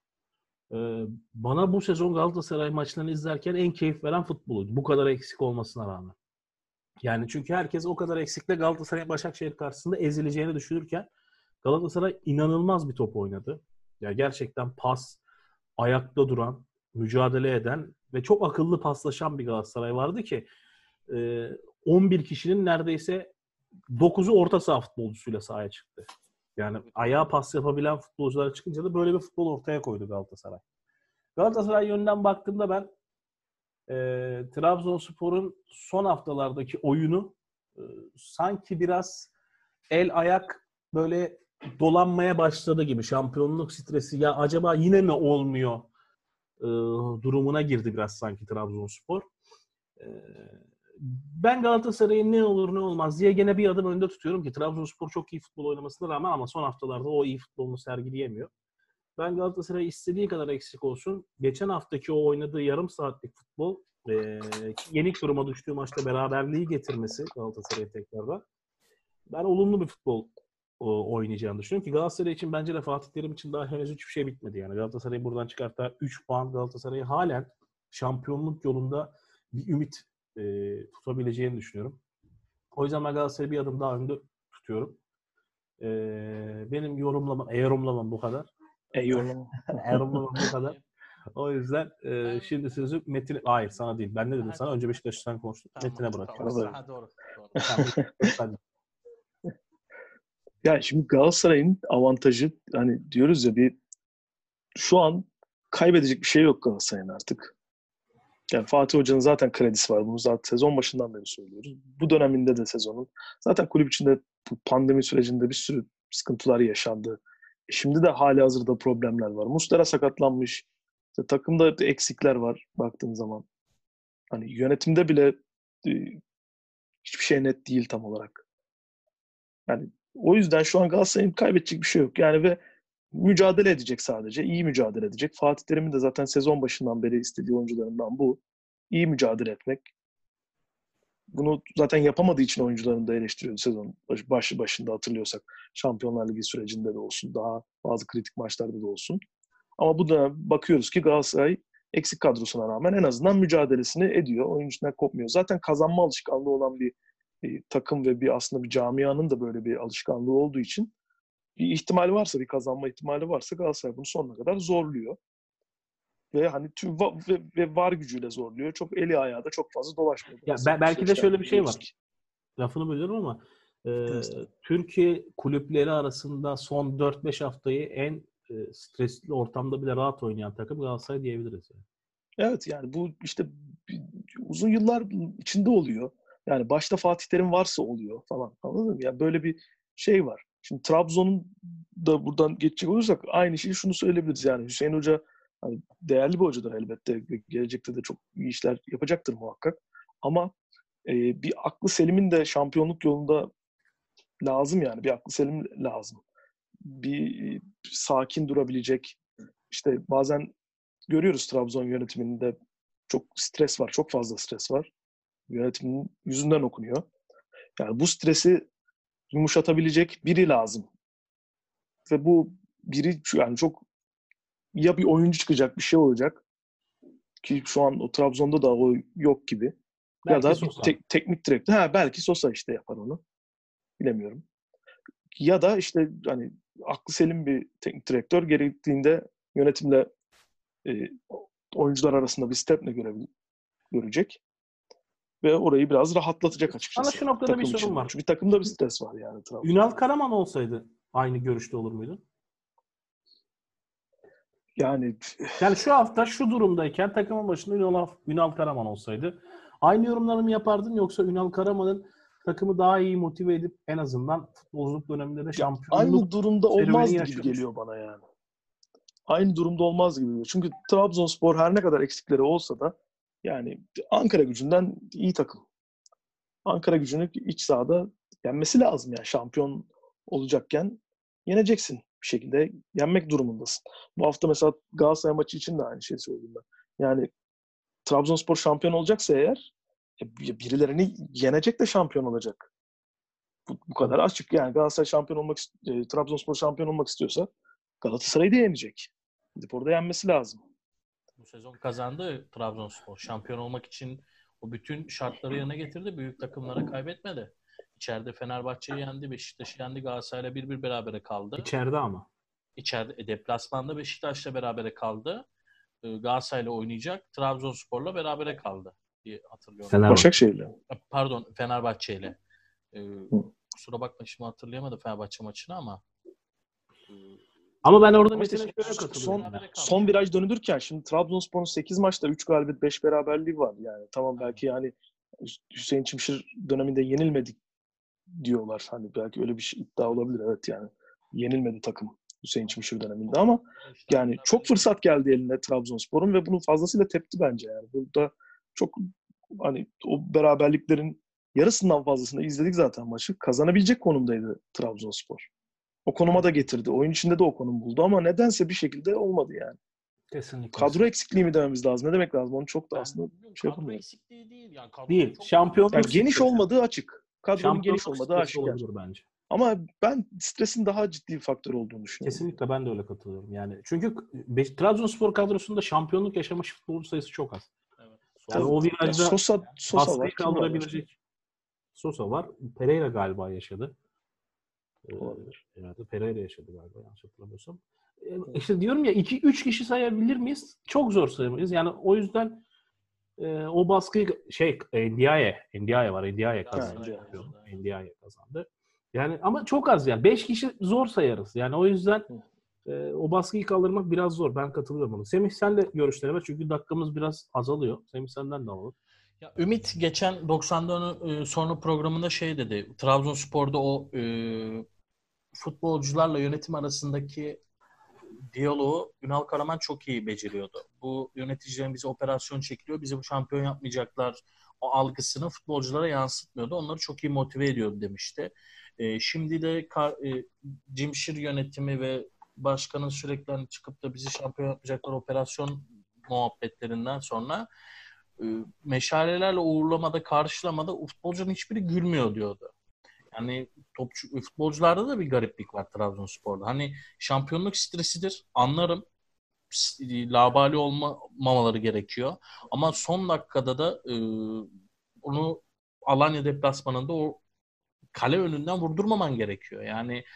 bana bu sezon Galatasaray maçlarını izlerken en keyif veren futboluydu. Bu kadar eksik olmasına rağmen. Yani çünkü herkes o kadar eksikle Galatasaray Başakşehir karşısında ezileceğini düşünürken Galatasaray inanılmaz bir top oynadı. Ya gerçekten pas, ayakta duran, mücadele eden ve çok akıllı paslaşan bir Galatasaray vardı ki on bir kişinin neredeyse dokuzu orta saha futbolcusuyla sahaya çıktı. Yani ayağa pas yapabilen futbolcular çıkınca da böyle bir futbol ortaya koydu Galatasaray. Galatasaray yönünden baktığımda ben e, Trabzonspor'un son haftalardaki oyunu e, sanki biraz el ayak böyle dolanmaya başladı gibi. Şampiyonluk stresi ya acaba yine mi olmuyor e, durumuna girdi biraz sanki Trabzonspor. E, ben Galatasaray'ın ne olur ne olmaz diye gene bir adım önde tutuyorum ki Trabzonspor çok iyi futbol oynamasına rağmen ama son haftalarda o iyi futbolunu sergileyemiyor. Ben Galatasaray istediği kadar eksik olsun. Geçen haftaki o oynadığı yarım saatlik futbol e, yenik duruma düştüğü maçta beraberliği getirmesi Galatasaray'a tekrardan. Ben olumlu bir futbol o, oynayacağını düşünüyorum ki Galatasaray için bence de Fatih Terim için daha henüz hiçbir şey bitmedi. Yani Galatasaray'ı buradan çıkartar üç puan Galatasaray'ı halen şampiyonluk yolunda bir ümit e, tutabileceğini düşünüyorum. O yüzden ben Galatasaray'ı bir adım daha önde tutuyorum. E, benim yorumlamam, e, yorumlamam bu kadar. Eyvallah. Yorumlamam bu kadar. O yüzden e, şimdi sözü Metin... Hayır sana değil. Ben ne dedim sana? Önce Beşiktaş'tan konuştum. Tamam, Metin'e bırakıyorum. tamam. Ha, doğru. doğru. Tamam, ben- Ya şimdi Galatasaray'ın avantajı hani diyoruz ya bir şu an kaybedecek bir şey yok Galatasaray'ın artık. Yani Fatih Hoca'nın zaten kredisi var. Bunu zaten sezon başından beri söylüyoruz. Bu döneminde de sezonun. Zaten kulüp içinde bu pandemi sürecinde bir sürü sıkıntılar yaşandı. E Şimdi de hali hazırda problemler var. Muslera sakatlanmış. İşte takımda eksikler var baktığın zaman. Hani yönetimde bile e, hiçbir şey net değil tam olarak. Yani o yüzden şu an Galatasaray'ın kaybedecek bir şey yok. Yani ve mücadele edecek sadece. İyi mücadele edecek. Fatih Terim'in de zaten sezon başından beri istediği oyuncularından bu. İyi mücadele etmek. Bunu zaten yapamadığı için oyuncularını da eleştiriyordu sezon baş, başı başında hatırlıyorsak. Şampiyonlar Ligi sürecinde de olsun. Daha bazı kritik maçlarda da olsun. Ama bu dönem bakıyoruz ki Galatasaray eksik kadrosuna rağmen en azından mücadelesini ediyor. Oyuncudan kopmuyor. Zaten kazanma alışkanlığı olan bir, bir takım ve bir aslında bir camianın da böyle bir alışkanlığı olduğu için bir ihtimal varsa, bir kazanma ihtimali varsa Galatasaray bunu sonuna kadar zorluyor. Ve hani tüm va- ve, ve var gücüyle zorluyor. Çok eli ayağı da çok fazla dolaşmıyor. Ya Nasıl be- belki de süreçten şöyle bir şey biliyoruz var. ki. Lafını bölüyorum ama e, Estağfurullah. Türkiye kulüpleri arasında son dört beş haftayı en e, stresli ortamda bile rahat oynayan takım Galatasaray diyebiliriz. Yani. Evet yani bu işte bir- uzun yıllar içinde oluyor. Yani başta Fatih Terim varsa oluyor falan. Anladın mı? Yani böyle bir şey var. Şimdi Trabzon'un da buradan geçecek olursak aynı şeyi şunu söyleyebiliriz. Yani Hüseyin Hoca hani değerli bir hocadır elbette. Gelecekte de çok iyi işler yapacaktır muhakkak. Ama e, bir aklı selimin de şampiyonluk yolunda lazım yani. Bir aklı selim lazım. Bir sakin durabilecek. İşte bazen görüyoruz Trabzon yönetiminde çok stres var. Çok fazla stres var. Yönetimin yüzünden okunuyor. Yani bu stresi yumuşatabilecek biri lazım. Ve bu biri yani çok ya bir oyuncu çıkacak bir şey olacak ki şu an o Trabzon'da da o yok gibi. Ya Belki da bir Sosa. te- teknik direktör. Ha belki Sosa işte yapar onu. Bilemiyorum. Ya da işte hani aklı selim bir teknik direktör gerektiğinde yönetimle e, oyuncular arasında bir stepne görev görecek. Ve orayı biraz rahatlatacak Sana açıkçası. şu noktada bir Takım sorun içinde. var. Çünkü takımda bir stres var yani Ünal Trabzon'da. Karaman olsaydı aynı görüşte olur muydu? Yani Yani şu hafta şu durumdayken takımın başında Ünal, Ünal Karaman olsaydı aynı yorumları mı yapardın yoksa Ünal Karaman'ın takımı daha iyi motive edip en azından futbolculuk döneminde de ya şampiyonluk aynı durumda serüveni olmazdı gibi yaşamış. geliyor bana yani. Aynı durumda olmaz gibi geliyor. Çünkü Trabzonspor her ne kadar eksikleri olsa da yani Ankara Gücü'nden iyi takım. Ankara Gücü'nü iç sahada yenmesi lazım yani. Şampiyon olacakken yeneceksin bir şekilde. Yenmek durumundasın. Bu hafta mesela Galatasaray maçı için de aynı şeyi söyledim ben. Yani Trabzonspor şampiyon olacaksa eğer e, birilerini yenecek de şampiyon olacak. Bu, bu kadar açık. Yani Galatasaray şampiyon olmak e, Trabzonspor şampiyon olmak istiyorsa Galatasaray'ı da yenecek. Gidip orada yenmesi lazım. Bu sezon kazandı Trabzonspor. Şampiyon olmak için o bütün şartları yerine getirdi. Büyük takımlara kaybetmedi. İçeride Fenerbahçe'yi yendi, Beşiktaş'ı yendi, Galatasaray'la bir bir berabere kaldı. İçeride ama. İçeride e, deplasmanda Beşiktaş'la berabere kaldı. E, Galatasaray'la oynayacak, Trabzonspor'la berabere kaldı. diye hatırlıyorum. Fenerbahçe. Başakşehir'le. Pardon, Fenerbahçe ile. Ee, kusura bakma şimdi hatırlayamadım Fenerbahçe maçını ama. Ama ben orada Ama mesela işte şöyle son, katılıyorum. son, ben. son viraj dönülürken şimdi Trabzonspor'un sekiz maçta üç galibiyet beş beraberliği var yani. Tamam belki yani Hüseyin Çimşir döneminde yenilmedik diyorlar. Hani belki öyle bir şey, iddia olabilir evet yani. Yenilmedi takım Hüseyin Çimşir döneminde ama yani çok fırsat geldi eline Trabzonspor'un ve bunu fazlasıyla tepti bence yani. Burada çok hani o beraberliklerin yarısından fazlasını izledik zaten maçı. Kazanabilecek konumdaydı Trabzonspor. O konuma da getirdi. Oyun içinde de o konum buldu ama nedense bir şekilde olmadı yani. Kesinlikle. Kadro eksikliği mi dememiz lazım? Ne demek lazım? Onu çok da Ben aslında bilmiyorum, şey kadro yapamıyorum. eksikliği değil. Yani kadro Değil. çok Şampiyonluk Yani geniş stresi. olmadığı açık. Kadronun Şampiyonluk geniş olmadığı stresi aşikar. olabilir bence. Ama ben stresin daha ciddi bir faktör olduğunu düşünüyorum. Kesinlikle ben de öyle katılıyorum. Yani çünkü Be- Trabzonspor kadrosunda şampiyonluk yaşamış futbolcu sayısı çok az. Evet. Yani Tabii. o Ya virajda Sosa, Sosa baskıyı var. Kim var başka? kaldırabilecek Sosa var. Pereira galiba yaşadı. Ee, Olabilir. herhalde Pereira yaşadı galiba yanlış hatırlamıyorsam. Ee, işte diyorum ya iki üç kişi sayabilir miyiz? Çok zor sayamayız. Yani o yüzden e, o baskıyı şey Ndiaye, Ndiaye var. Ndiaye kazandı. Ndiaye. Ndiaye kazandı. Yani ama çok az yani. beş kişi zor sayarız. Yani o yüzden e, o baskıyı kaldırmak biraz zor. Ben katılıyorum ona. Semih sen de görüşlerine bak çünkü dakikamız biraz azalıyor. Semih senden de alalım. Ya Ümit geçen doksandan e, sonra programında şey dedi. Trabzonspor'da o e, futbolcularla yönetim arasındaki diyaloğu Ünal Karaman çok iyi beceriyordu. Bu yöneticilerin bize operasyon çekiliyor, bizi bu şampiyon yapmayacaklar o algısını futbolculara yansıtmıyordu. Onları çok iyi motive ediyordu demişti. E, şimdi de e, Cimşir yönetimi ve başkanın sürekli hani çıkıp da bizi şampiyon yapmayacaklar operasyon muhabbetlerinden sonra e, meşalelerle uğurlamada, karşılamada futbolcunun hiçbiri gülmüyor diyordu. Yani topçu, futbolcularda da bir gariplik var Trabzonspor'da. Hani şampiyonluk stresidir, anlarım. Labali olmamaları gerekiyor. Ama son dakikada da e, onu Alanya deplasmanında o kale önünden vurdurmaman gerekiyor. Yani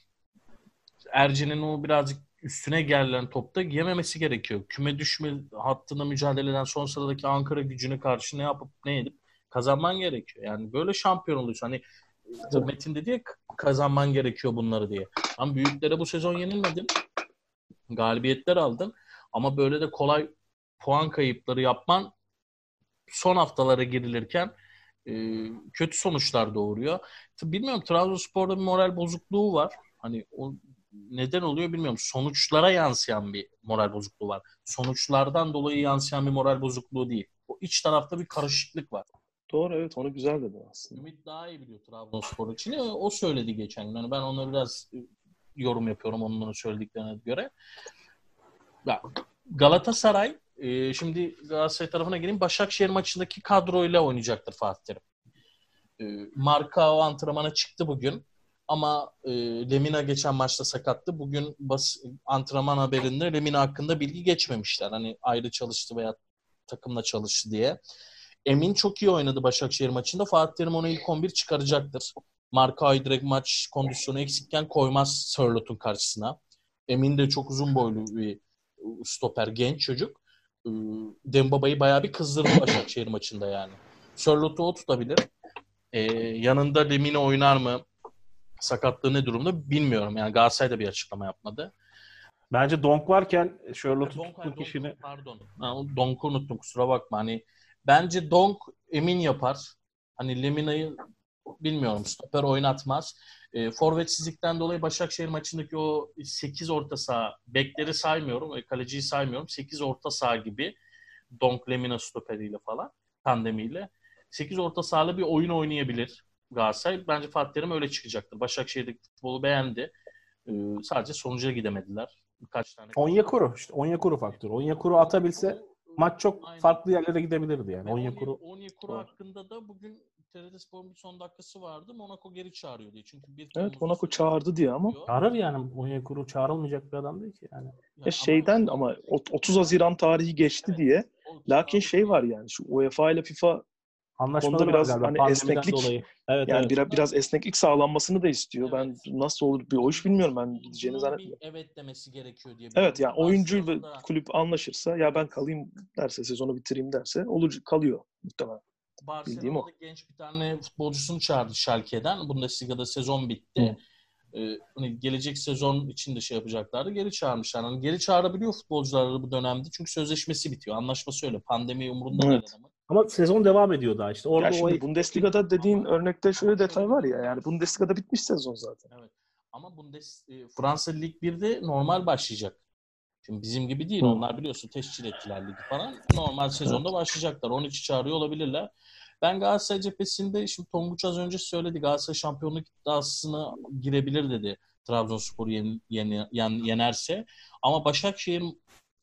Ercin'in o birazcık üstüne gelen topta yememesi gerekiyor. Küme düşme hattında mücadele eden son sıradaki Ankara Gücü'ne karşı ne yapıp ne edip kazanman gerekiyor. Yani böyle şampiyon oluyorsun. Hani Evet. Metin dedi ya kazanman gerekiyor bunları diye. Ama büyüklere bu sezon yenilmedin. Galibiyetler aldın. Ama böyle de kolay puan kayıpları yapman son haftalara girilirken e, kötü sonuçlar doğuruyor. Bilmiyorum Trabzonspor'da bir moral bozukluğu var. Hani o neden oluyor bilmiyorum. Sonuçlara yansıyan bir moral bozukluğu var. Sonuçlardan dolayı yansıyan bir moral bozukluğu değil. O iç tarafta bir karışıklık var. Doğru evet onu güzel dedi aslında. Ümit daha iyi biliyor Trabzonspor için. O söyledi geçen gün. Yani ben ona biraz yorum yapıyorum onların söylediklerine göre. Ya, Galatasaray e, şimdi Galatasaray tarafına geleyim. Başakşehir maçındaki kadroyla oynayacaktır Fatih Terim. E, Marka antrenmana çıktı bugün. Ama e, Lemina geçen maçta sakattı. Bugün bas, antrenman haberinde Lemina hakkında bilgi geçmemişler. Hani ayrı çalıştı veya takımla çalıştı diye. Emin çok iyi oynadı Başakşehir maçında. Fatih Terim onu ilk on bir çıkaracaktır. Marka'yı direkt maç kondisyonu eksikken koymaz Sörlot'un karşısına. Emin de çok uzun boylu bir stoper, genç çocuk. Dembaba'yı bayağı bir kızdırdı Başakşehir maçında yani. Sörlot'u o tutabilir. Ee, yanında Lemina oynar mı? Sakatlığı ne durumda bilmiyorum. Yani Galatasaray da bir açıklama yapmadı. Bence Donk varken Charlotte'u Donk, tutmak Donk, işini... Pardon. Donk'u unuttum kusura bakma. Hani bence Donk Emin yapar. Hani Lemina'yı bilmiyorum stoper oynatmaz. E, forvetsizlikten dolayı Başakşehir maçındaki o sekiz orta saha bekleri saymıyorum. E, kaleciyi saymıyorum. sekiz orta saha gibi Donk Lemina stoperiyle falan tandemiyle. sekiz orta sahalı bir oyun oynayabilir Galatasaray. Bence Fatih Terim öyle çıkacaktır. Başakşehir'deki futbolu beğendi. E, sadece sonuca gidemediler. Birkaç tane. Onyekuru işte Onyekuru faktörü. Onyekuru atabilse maç çok Aynen. farklı yerlere gidebilirdi yani. Ve Onyekuru Onyekuru hakkında da bugün T R T Spor'un bir son dakikası vardı. Monaco geri çağırıyor diye. Çünkü bir Evet Monaco çağırdı diye ama. Çağırır yani. Onyekuru çağrılmayacak bir adam değil ki yani. Ya e şeyden ama, ama otuz Haziran tarihi geçti diye. Lakin şey var yani şu UEFA ile FIFA Anlaşmaları var biraz galiba hani pandemiden esneklik, dolayı. Evet, yani evet. biraz, biraz esneklik sağlanmasını da istiyor. Evet. Ben nasıl olur bir o iş bilmiyorum, ben gideceğini Oyuncunun zannetmiyorum. bir evet demesi gerekiyor diye biliyorum. Evet, yani Ben oyuncu ve Barcelona'da kulüp anlaşırsa, ya ben kalayım derse, sezonu bitireyim derse olur, kalıyor muhtemelen. Bildiğim o. Barcelona'da genç bir tane futbolcusunu çağırdı Schalke'den. Bundesliga'da sezon bitti. Hı. Ee, hani gelecek sezon için de şey yapacaklardı. Geri çağırmışlar. Hani geri çağırabiliyor futbolcuları bu dönemde. Çünkü sözleşmesi bitiyor. Anlaşması öyle. Pandemi umurunda değil Evet. adamın. Ama sezon devam ediyor daha işte. Ya Orada o şimdi Bundesliga'da dediğin Ama- örnekte şöyle ama detay şöyle bir var durum ya, var. yani Bundesliga'da bitmiş sezon zaten. Evet. Ama Bundes e, Fransa Lig birde normal başlayacak. Şimdi bizim gibi değil. Hı. Onlar biliyorsun tescil ettiler ligi falan. Normal sezonda başlayacaklar. Onun için çağırıyor olabilirler. Ben Galatasaray cephesinde, şimdi Tonguç az önce söyledi, Galatasaray şampiyonluk iddiasına girebilir dedi. Trabzonspor'u yen, yen, yen, yenerse. Ama Başakşehir'in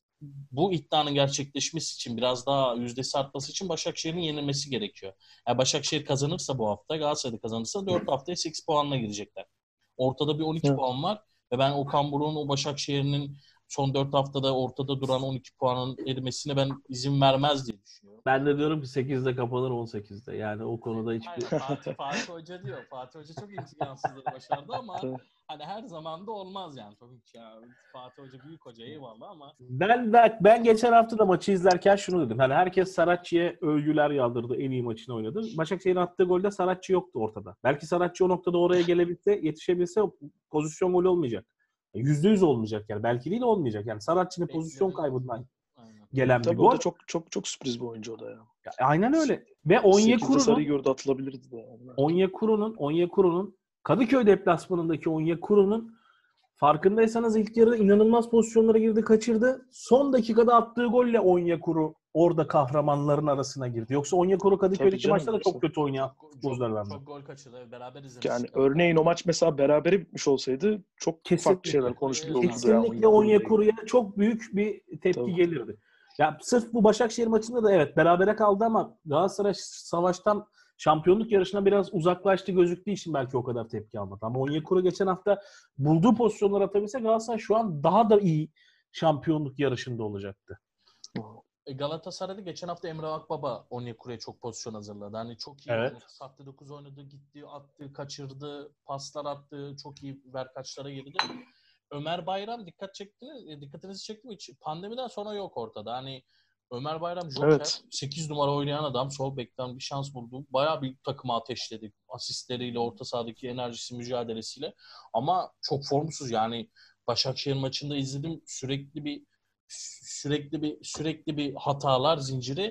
bu iddianın gerçekleşmesi için, biraz daha yüzdesi artması için Başakşehir'in yenilmesi gerekiyor. Yani Başakşehir kazanırsa bu hafta, Galatasaray kazanırsa dört haftaya sekiz puanla girecekler. Ortada bir on iki Evet. puan var ve ben Okan Buruk'un o Başakşehir'in son dört haftada ortada duran on iki puanın erimesine ben izin vermez diye düşünüyorum. ben de diyorum ki sekizde kapanır on sekizde. Yani o konuda Hayır, hiçbir... Fatih, Fatih Hoca diyor. Fatih Hoca çok imkansızları başardı ama Tabii. hani her zaman da olmaz yani. Tabii ki ya, Fatih Hoca büyük hoca, eyvallah, ama Ben, ben ben geçen hafta da maçı izlerken şunu dedim. Hani herkes Saratçı'ya övgüler yağdırdı. En iyi maçını oynadı. Başakşehir'in attığı golde Saratçı yoktu ortada. Belki Saratçı o noktada oraya gelebilse, yetişebilse pozisyon golü olmayacak. Yüzde yüz olmayacak yani. Belki değil, olmayacak. Yani Saratçı'nın pozisyon beklerin. kaybından Aynen. gelen bir Tabii o da gol. çok çok çok sürpriz bir oyuncu o da ya. Ya, aynen öyle. Ve sekizde Onyekuru'nun sarıyı gördü, atılabilirdi de. Yani. Onyekuru'nun Onyekuru'nun Kadıköy deplasmanındaki Onyekuru'nun farkındaysanız ilk yarıda inanılmaz pozisyonlara girdi, kaçırdı. Son dakikada attığı golle Onyekuru orada kahramanların arasına girdi. Yoksa Onyekuru Tabii Kadıköy'deki canım, maçta da yoksa çok kötü oynayan Çok, futbolcular çok, bence. çok gol kaçırdı. Beraber yani izlemiştik. örneğin o maç mesela berabere bitmiş olsaydı çok farklı şeyler Kesinlikle. konuşuluyor Evet, olurdu ya Kesinlikle Onyekuru ile ilgili. Onyekuru'ya çok büyük bir tepki Tabii. gelirdi. Ya sırf bu Başakşehir maçında da evet berabere kaldı ama Galatasaray savaştan, şampiyonluk yarışına biraz uzaklaştı gözüktüğü için belki o kadar tepki almadı. Ama Onyekuru geçen hafta bulduğu pozisyonları atabilse Galatasaray şu an daha da iyi şampiyonluk yarışında olacaktı. E, Galatasaray'da geçen hafta Emre Akbaba Onyekuru'ya çok pozisyon hazırladı. Hani çok iyi Evet. oynadı. Sahte dokuz oynadı, gitti, attı, kaçırdı, paslar attı, çok iyi verkaçlara girdi. Ömer Bayram dikkat çektiniz, e, dikkatinizi çekti mi hiç? Pandemiden sonra yok ortada. Hani Ömer Bayram Joker, Evet. sekiz numara oynayan adam, sol bekten bir şans buldu. Bayağı bir takımı ateşledi. Asistleriyle, orta sahadaki enerjisi, mücadelesiyle. Ama çok formsuz yani. Başakşehir maçında izledim, sürekli bir sürekli bir sürekli bir hatalar zinciri.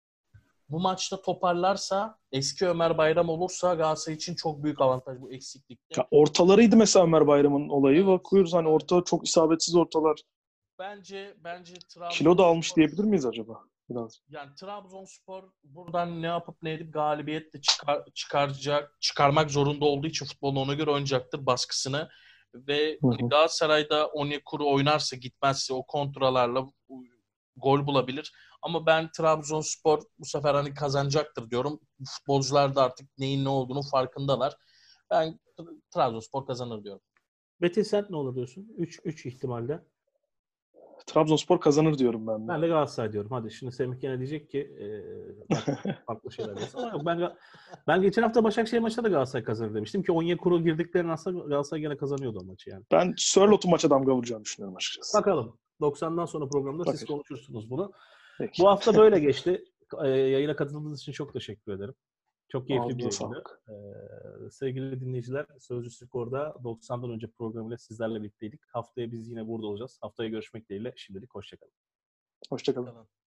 Bu maçta toparlarsa, eski Ömer Bayram olursa Galatasaray için çok büyük avantaj bu eksiklikte. Ya ortalarıydı mesela Ömer Bayram'ın olayı. Evet. Bakıyoruz hani orta çok isabetsiz ortalar. Bence bence Kilo da almış Trabzonspor, diyebilir miyiz acaba? Biraz. yani Trabzonspor buradan ne yapıp ne edip galibiyetle çıkar, çıkaracak, çıkarmak zorunda olduğu için futbolunu ona göre oynayacaktır baskısını. Ve Hı hani hı. Galatasaray'da Onyekuru oynarsa, gitmezse o kontralarla gol bulabilir. Ama ben Trabzonspor bu sefer hani kazanacaktır diyorum. Futbolcular da artık neyin ne olduğunu farkındalar. Ben Trabzonspor kazanır diyorum. Metin sen ne olur diyorsun? üç üç ihtimalle. Trabzonspor kazanır diyorum ben de. Ben de Galatasaray diyorum. Hadi şimdi Semih gene diyecek ki e, farklı, farklı şeyler diyorsun. Ama yok, ben ben geçen hafta Başakşehir maçında da Galatasaray kazanır demiştim ki Onyekuru girdiklerini aslında Galatasaray gene kazanıyordu o maçı yani. Ben Sörlot'u maça damga vuracağını düşünüyorum açıkçası. Bakalım. doksandan sonra programda siz Bakın. konuşursunuz bunu. Peki. Bu hafta böyle geçti. E, yayına katıldığınız için çok teşekkür ederim. Çok keyifli bir Ağzına yayındı. sağlık. Ee, sevgili dinleyiciler, Sözcü Skor'da doksandan önce programıyla sizlerle birlikteydik. Haftaya biz yine burada olacağız. Haftaya görüşmek dileğiyle. Şimdilik hoşçakalın. Hoşçakalın.